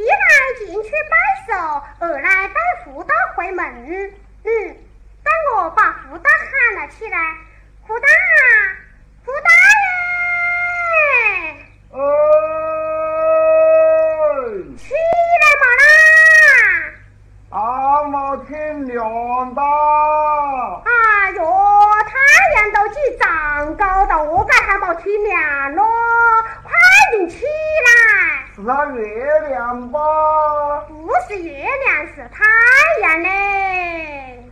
一来进去摆手，二来带福大回门。等我把福大喊了起来，福大，福大耶！起来嘛啦！ 阿妈天亮的。 哎呦，太阳都起长高了，我该还没天亮咯，快点起来！ 是那月亮吧？ 不是月亮，是太阳嘞。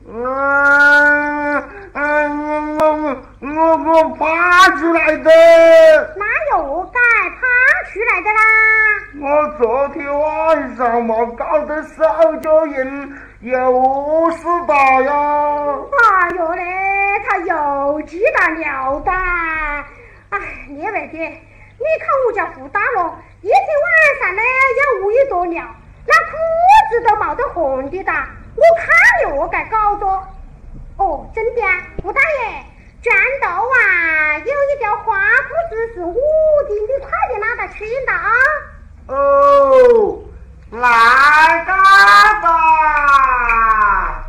我爬出来的。 那又该爬出来的啦？ 我昨天晚上嘛搞得手脚硬，又是大呀。 哎呦嘞，他又知道尿的。哎，列位爹，你看我家福大了，一天晚上呢要5亿多尿，那裤子都没得红的哒，我看你我该搞着。哦，真的啊，福大爷，转头啊有一条花裤子是我的，你快点拿它去的啊。 哦，来干吧。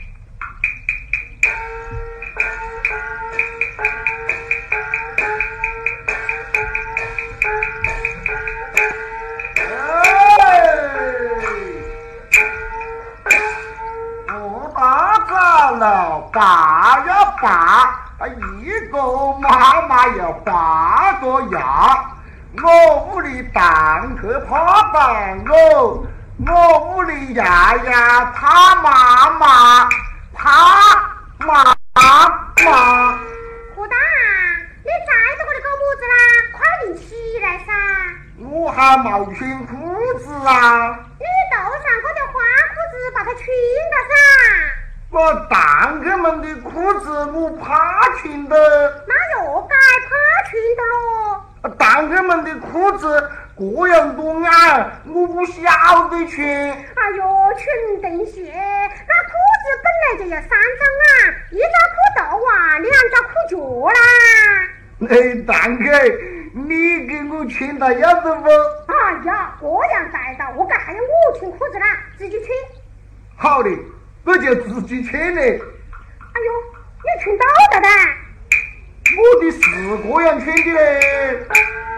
不打杂了，拔呀拔，一个妈妈要拔个牙。我屋里蛋壳怕蛋哦，我屋里牙牙他妈妈，他妈妈。 胡大，你在这个里搞么子啦？快点起来噻！ 我还没穿裤子啊！ 你头上这条花裤子把它穿了噻！ 我蛋壳们的裤子我怕穿的。 那又该怕穿的咯。 蛋壳们的裤子这样多矮，我不晓得穿。 哎呦，蠢东西，那裤子本来就要3张啊，一张裤头啊，2张裤脚啦。 蛋壳，你给我穿到样子不？ 哎呀，这样带到，我该还要我穿裤子啦，自己穿。 好的，我就自己穿嘞。 哎呦，你穿到的的。 我的是这样穿的嘞。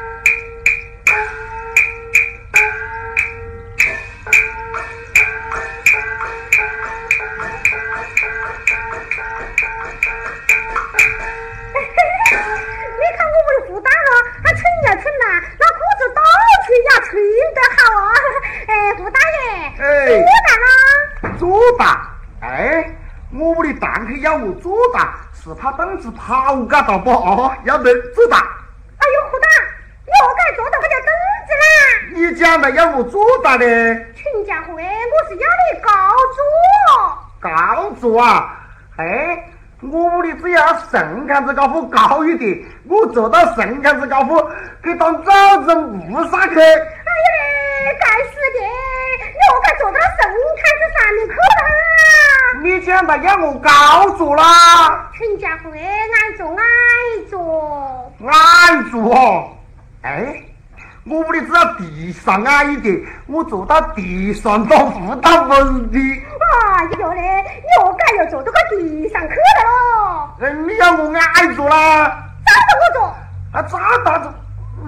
你看我们的福大了，他穿呀穿呐，那裤子倒穿呀穿得好啊！福大爷，多大了？ 做大？我屋里蛋壳要我做大，是怕凳子跑嘎到不？要得做大。 哎呦，福大，你何该做到这条凳子啦？ 你讲的要我做大的？ 群家伙，我是要你高做。 高做啊？我屋里只要肾杆子高夫高一点，我做到肾杆子高夫，给当枣子木上去。 哎呀，该死的，你何该做到肾杆子上面去啦？ 你讲的要我高做啦？ 群家伙，挨做挨做。 挨做哦？我屋里只要地上矮一点，我做到地上都不大问题。 哎呦嘞，你何该要做到个地上去了咯？ 你要我挨做啦？ 找到我做。 找到做。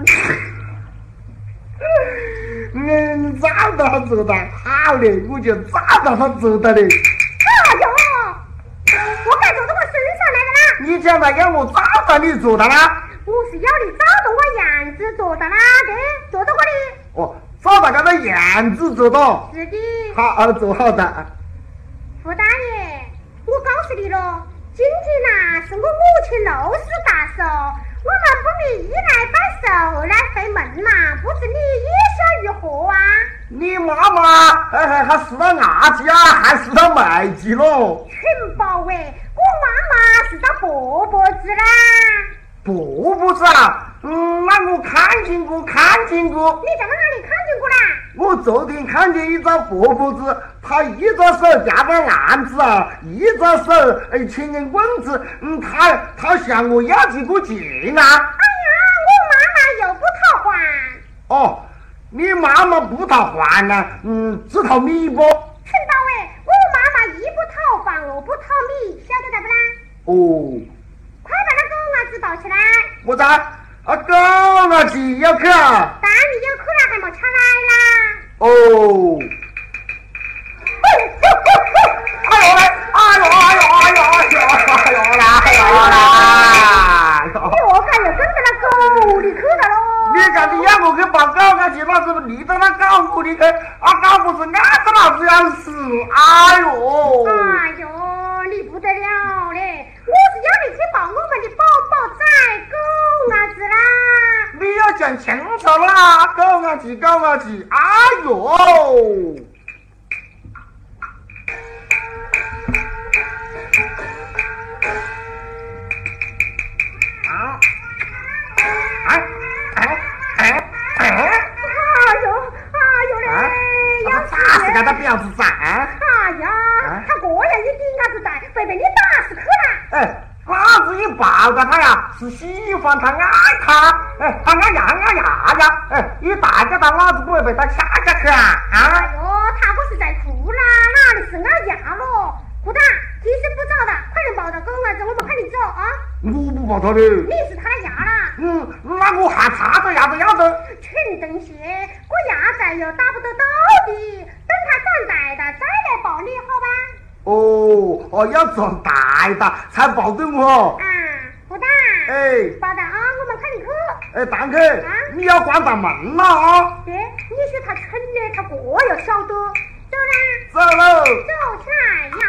找到他做的好嘞，我就找到他做的嘞。 哎呦，我该做到我身上来的啦。 你讲的要我找到你做的啦？ 我是要你找到我样子做的啦，对，做到我的。 找到个样子做到。 是的。 好，做好的。 福大爷，我告诉你咯，今天呐是我母亲6十大寿，我们不能一来摆手，二来回门呐，不知你意下如何啊？ 你妈妈还是到阿姐啊，还是到妹姐咯？ 群宝喂，我妈妈是到伯伯子啦。 伯伯子啊？那我看见过。 你在哪里看见过啦？ 我昨天看见一张伯伯子，他一只手夹着篮子啊，一只手牵根棍子，他向我要几个钱啊。 哎呀，我妈妈又不讨还。 你妈妈不讨饭呢，只讨米不？ 陈大伟，我妈妈一不讨饭，二不讨米，晓得不啦？ 哦， 快把那狗伢子抱起来！ 我在狗伢子要去啊？ 当你有去了，还没出来啦？ 哦。 我看又跟着那狗里去了喽！ 你看你要我去把狗伢子，那是不是离到那狗屋里去？狗不是按着老子要死！哎呦！ 哎呦，你不得了嘞！我是要你去抱我们的宝宝崽狗伢子啦！ 你要讲清楚啦，狗伢子！哎呦！他婊子崽！ 哎呀，他这样一顶伢子崽，被你打死去了！ 哎，伢子一抱着他呀，是喜欢他爱他，哎，他爱呀，哎，一带着他伢子不会被他掐下去啊！ 哎呦，他不是在哭啦，哪里是爱呀咯？胡大，提神不早的，快点抱着狗伢子，我们快点走啊！ 我不抱他的， 你是他的牙啦？ 那我还差着牙子要得。 陈登协，我牙仔又打不得到的，等他长大的再来抱你，好吧？ 哦，要长大的才抱得我。 胡大， 哎， 抱着啊，我们快点去。 哎，当去，你要关大门了啊！ 别，你说他蠢的，他要晓得。走啦， 走喽， 走起来呀！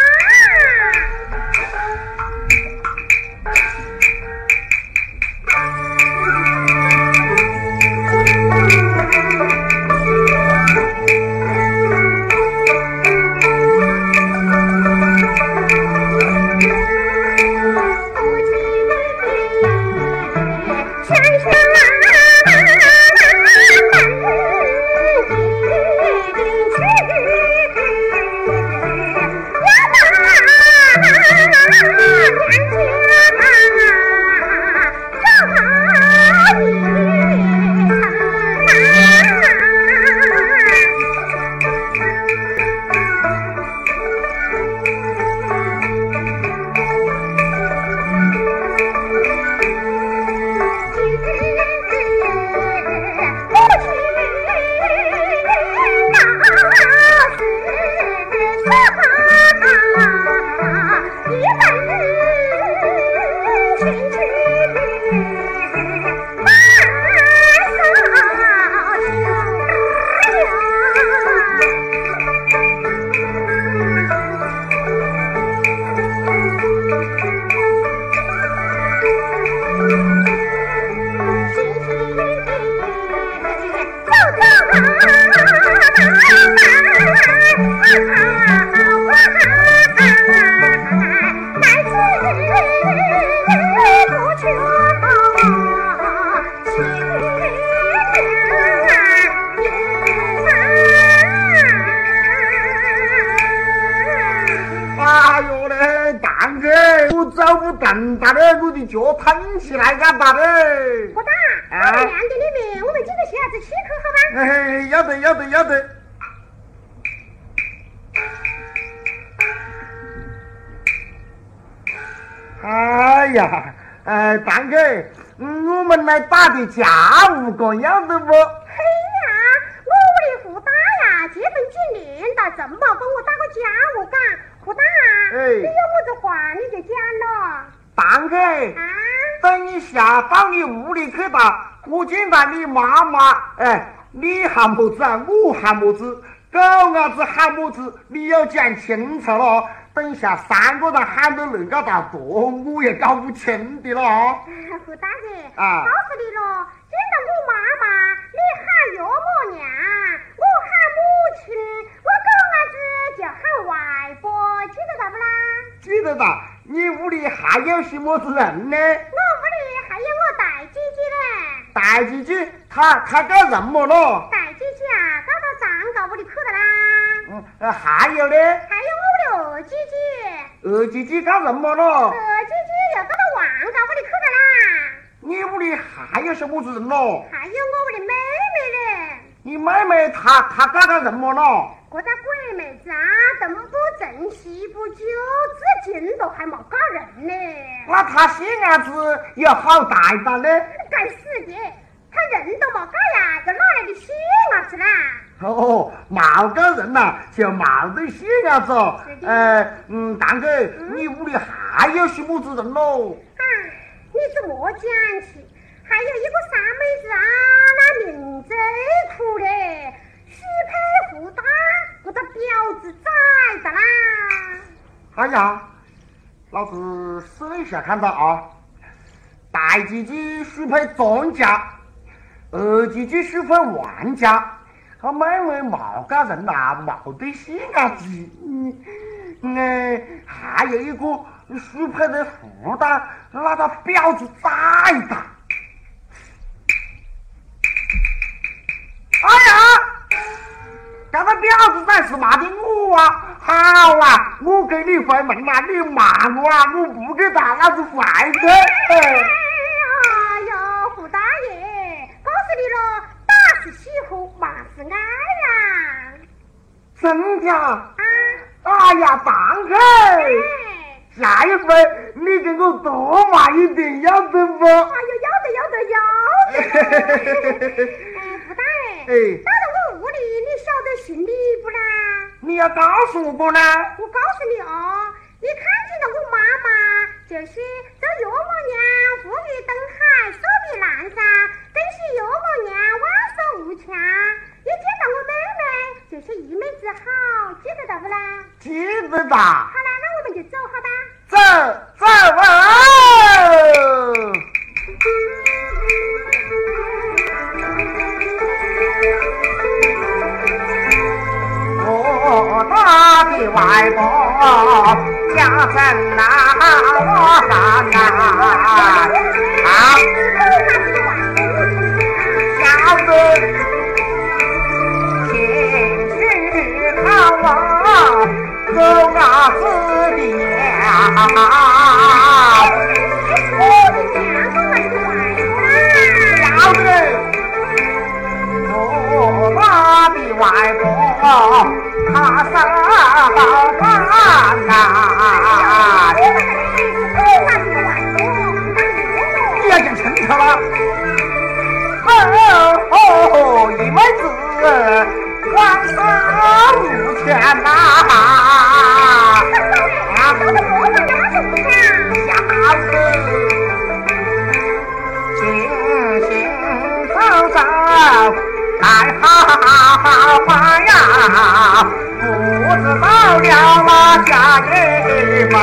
脚腾起来干嘛的？ 不大，我们两点里面，我们几个小孩子去去好吧？ 哎，要得。哎呀，堂哥，我们来打点家务工，要得不？ 嘿呀，我屋里胡大呀，结婚几年了，正没跟我打过家务干。胡大，你有么子话你就讲了。 堂哥，等一下到你屋里去吧，我见到你妈妈，你喊么子啊？我喊么子？狗伢子喊么子？你要讲清楚了。等一下三个人喊得那个大多，我也搞不清的了。 胡大姐，告诉你了，见到我妈妈，你喊岳母娘，我喊母亲，我狗伢子就喊外婆，记得到不啦？ 记得的。你屋里还有些么子人呢？ 我屋里还有我大姐姐呢。 大姐姐，她干什么了？ 大姐姐啊，搞到张高屋里去了啦。 还有呢？ 还有我的二姐姐。 二姐姐干什么了？ 二姐姐又搞到王高屋里去了啦。 你屋里还有什么子人咯？ 还有我的妹妹呢。 你妹妹她干个什么了？ 我家鬼妹子啊，东部正西部九，至今都还没嫁人呢。 那她心眼子也好大的呢。 该死的，她人都没嫁呀，这哪来的心眼子啦？ 哦，冇个人呐，就冇得心眼子。堂哥，你屋里还有些么子人喽？ 啊，你怎么讲起？还有一个傻妹子啊，那命最苦嘞，许配福大，我这婊子崽的啦！ 哎呀，老子试了一下看到啊，大姐姐许配庄家，二姐姐许配王家，他妹妹冇个人呐，冇得心眼子。还有一个许配的福大，那个婊子崽的。哎呀，这个婊子崽是骂的我啊！好啊，我给你回门嘛，你骂我啊，我不给他，那是坏的。 哎呦，胡大爷，告诉你了，打是喜欢，骂是爱呀。 真的？ 啊！ 哎呀，堂哥，下一回你给我多骂一点，要得不？ 哎呦，要得。胡大爷，到了我屋里，你晓得姓李不啦？ 你要告诉我呢？ 我告诉你哦，你看见了我妈妈，就是这岳母娘富裕登海，寿比南山，真是岳母娘万寿无疆。你见到我妹妹，就是一妹子好，记得到不啦？ 记得的。 好啦，那我们就走，好吧？ 走哦！我大的外婆家真呐，我上啊！好，小子情绪好啊，可那是的呀！小子，我大的外婆。他上班呐，你要讲清楚了。一妹子万寿无疆呐！小子，行行走走，来好花呀！不知道了嘛下一门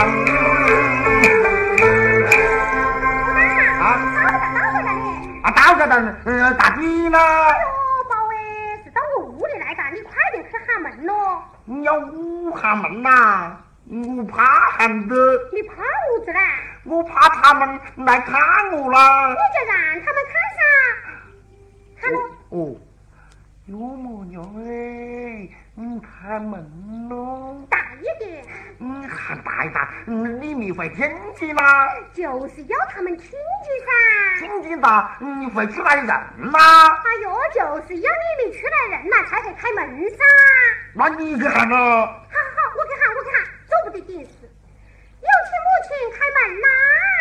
到个的大弟呢？ 哎呦，宝哎，是到我屋里来的，你快点去喊门咯！ 你要我喊门呐？我怕喊的。 你怕我子嘞？ 我怕他们来看我啦。 你就让他们看噻。看咯。 哦，岳母娘哎，你开门咯。 大一点。 喊大一点，你们会听见啦。 就是要他们听见噻。 听见的，你会出来人啦。 哎呦，就是要你们出来人啦，才会开门噻。 那你去喊咯。 好，我去喊，做不得点事。有请母亲开门啦。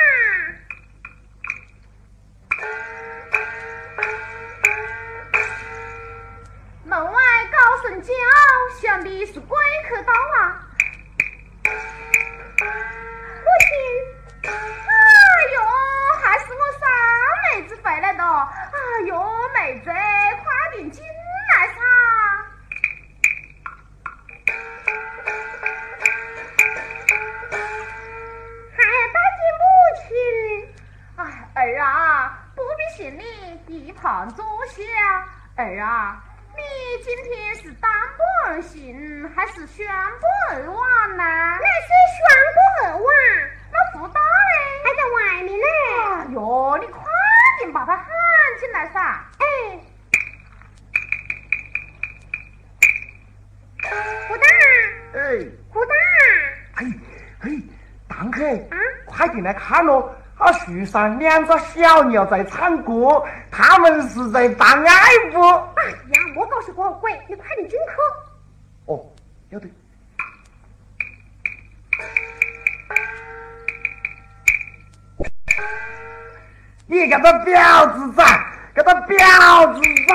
门外高声叫，想必是贵客到啊。母亲，哎呦，还是我三妹子回来的。哎呦，妹子，快点进来噻。还要带进母亲。哎，儿啊，不必行礼，一旁坐下。儿啊，你今天是单步而行，还是宣布而往呢？那是宣布而往。那福大嘞？还在外面呢。哎呦，你快点把他喊进来噻。哎，福大。 哎， 福大。 堂客，快点来看咯！树上2只小鸟在唱歌，他们是在谈爱不？ 哎呀，莫搞是个鬼，你快点进去。 哦，要得。你个个婊子仔，个个婊子仔！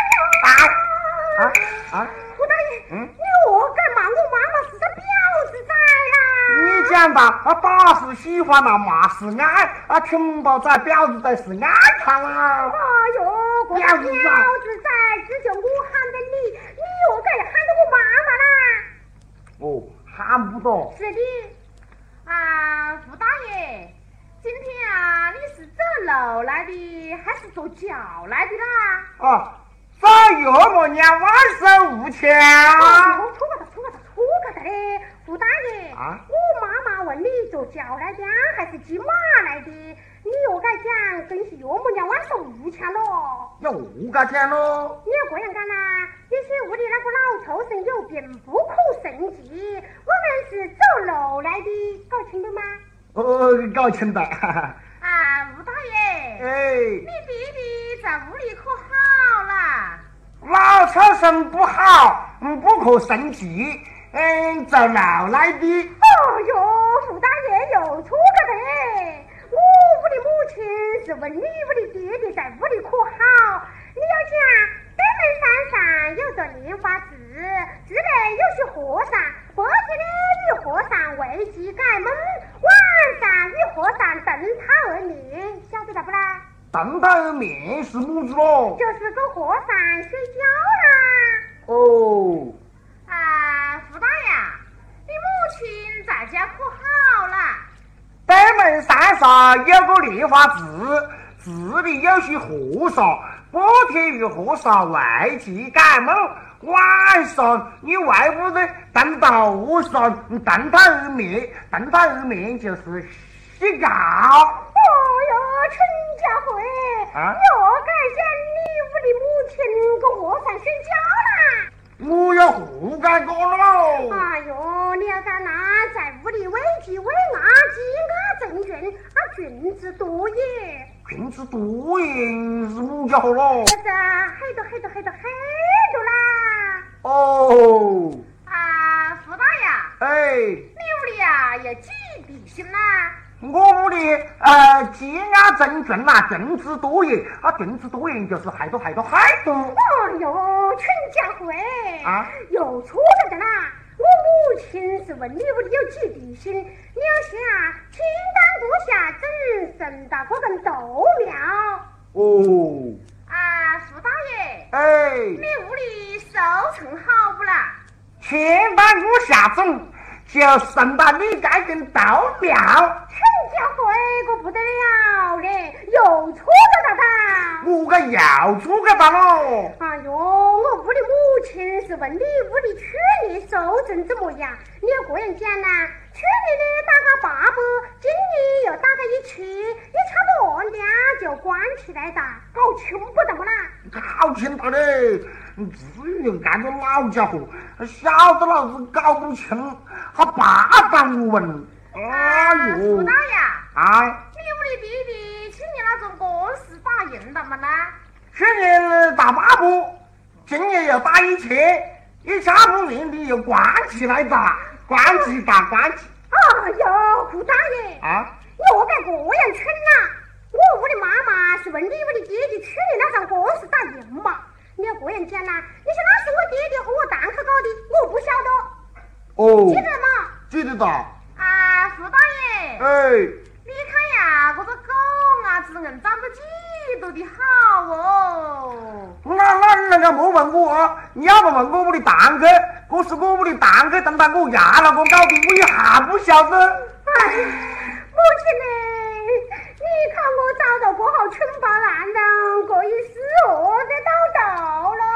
胡大爷，你何敢骂我妈妈是个婊子仔呀？ 你讲到打是喜欢了，骂是爱，穷宝仔婊子仔是爱看啊！ 哎呦，个婊子仔，只叫我喊的你，你何敢喊着我妈妈啦？ 哦，喊不到。 是的，胡大爷。今天你是走路来的还是坐轿来的啦？ 找岳母娘万寿无疆。 错个的嘞，胡大爷。我妈妈问你坐轿来的还是骑马来的，你又该讲真是岳母娘万寿无疆咯。 那我该讲咯。 你要这样讲啦，也许屋里那个老畜生有病不可胜计，我们是走路来的，搞清楚吗？ 搞清的。 吴大爷，你弟弟在屋里可好啦？ 老畜生不好，不可胜计，走路来的。 哎呦，胡大爷又错了的，我屋的母亲是问你屋的爹爹在屋里可好？你要讲北门山上有座莲花寺，寺内有些和尚，白天呢与和尚为鸡改梦，晚上与和尚瞪他而眠，晓得了不啦？ 瞪他而眠是么子咯？ 就是个和尚睡觉啦。 哦。 胡大爷，你母亲在家可好啦？ 北门山上有个莲花寺，寺里有些和尚，白天与和尚为鸡改梦，晚上你外屋的瞪到和尚瞪他而眠，瞪他而眠就是洗觉。 哦哟，陈家辉，又该讲你屋的母亲跟和尚睡觉啦？ 我要胡干过喽！ 哎呦，你要干那在屋里喂鸡喂鸭，鸡鸭成群，菌子多耶！ 菌子多耶是么家伙咯？ 这黑多啦！ 哦。 胡大爷，你屋里有几地心啦？ 我屋里鸡鸭成群啦，菌子多耶，菌子多耶就是害多。 哎呦，陈家辉，又错了的啦！我母亲是问你屋里有几地心，你要想清淡不下整神大个人斗庙。 哦。 胡大爷，你屋里收成好不啦？ 清淡不下整，就剩到你该跟斗庙。 陈家辉个不得了嘞，又错了哒！ 我个又错个哒咯！ 哎呦，我屋里母亲是问你屋里去年收成怎么样？你要这样讲啦，去年呢打个800，今年又打个170，你差不多两就关起来哒，搞清不得么啦？ 搞清他嘞！至于干个老家伙，晓得老子搞不清，还霸占我问。 胡大爷， 你屋里弟弟去年那种公司打赢了么啦？ 去年打800，今年又打1000，一下不赢的又关起来打，关起。 哎呦，胡大爷，你何该这样蠢啦？我屋的妈妈是问你屋的爹爹去年那场公司打赢嘛？你要这样讲啦，你说那是我爹爹和我蛋壳搞的，我不晓得。记得吗？ 记得的。 胡大爷，你看呀，这个狗子硬长得几多的好哦。 那个没问我，你要不问我屋的蛋壳，这是我屋的蛋壳等到我牙了我搞的，我也还不晓得。 母亲呢？你看我找到个好穷巴烂人，这一死我得到了。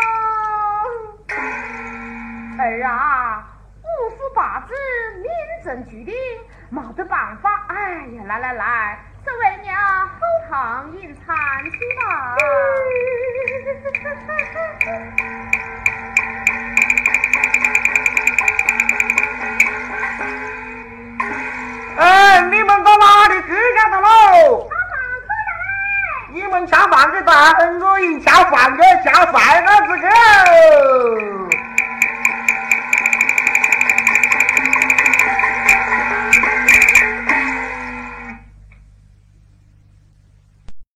儿啊，五福八子命中注定，没得办法。哎呀，来，这为娘后堂饮餐去吧。 你们到哪里去干的喽？你们抢饭去打，我一抢饭去抢饭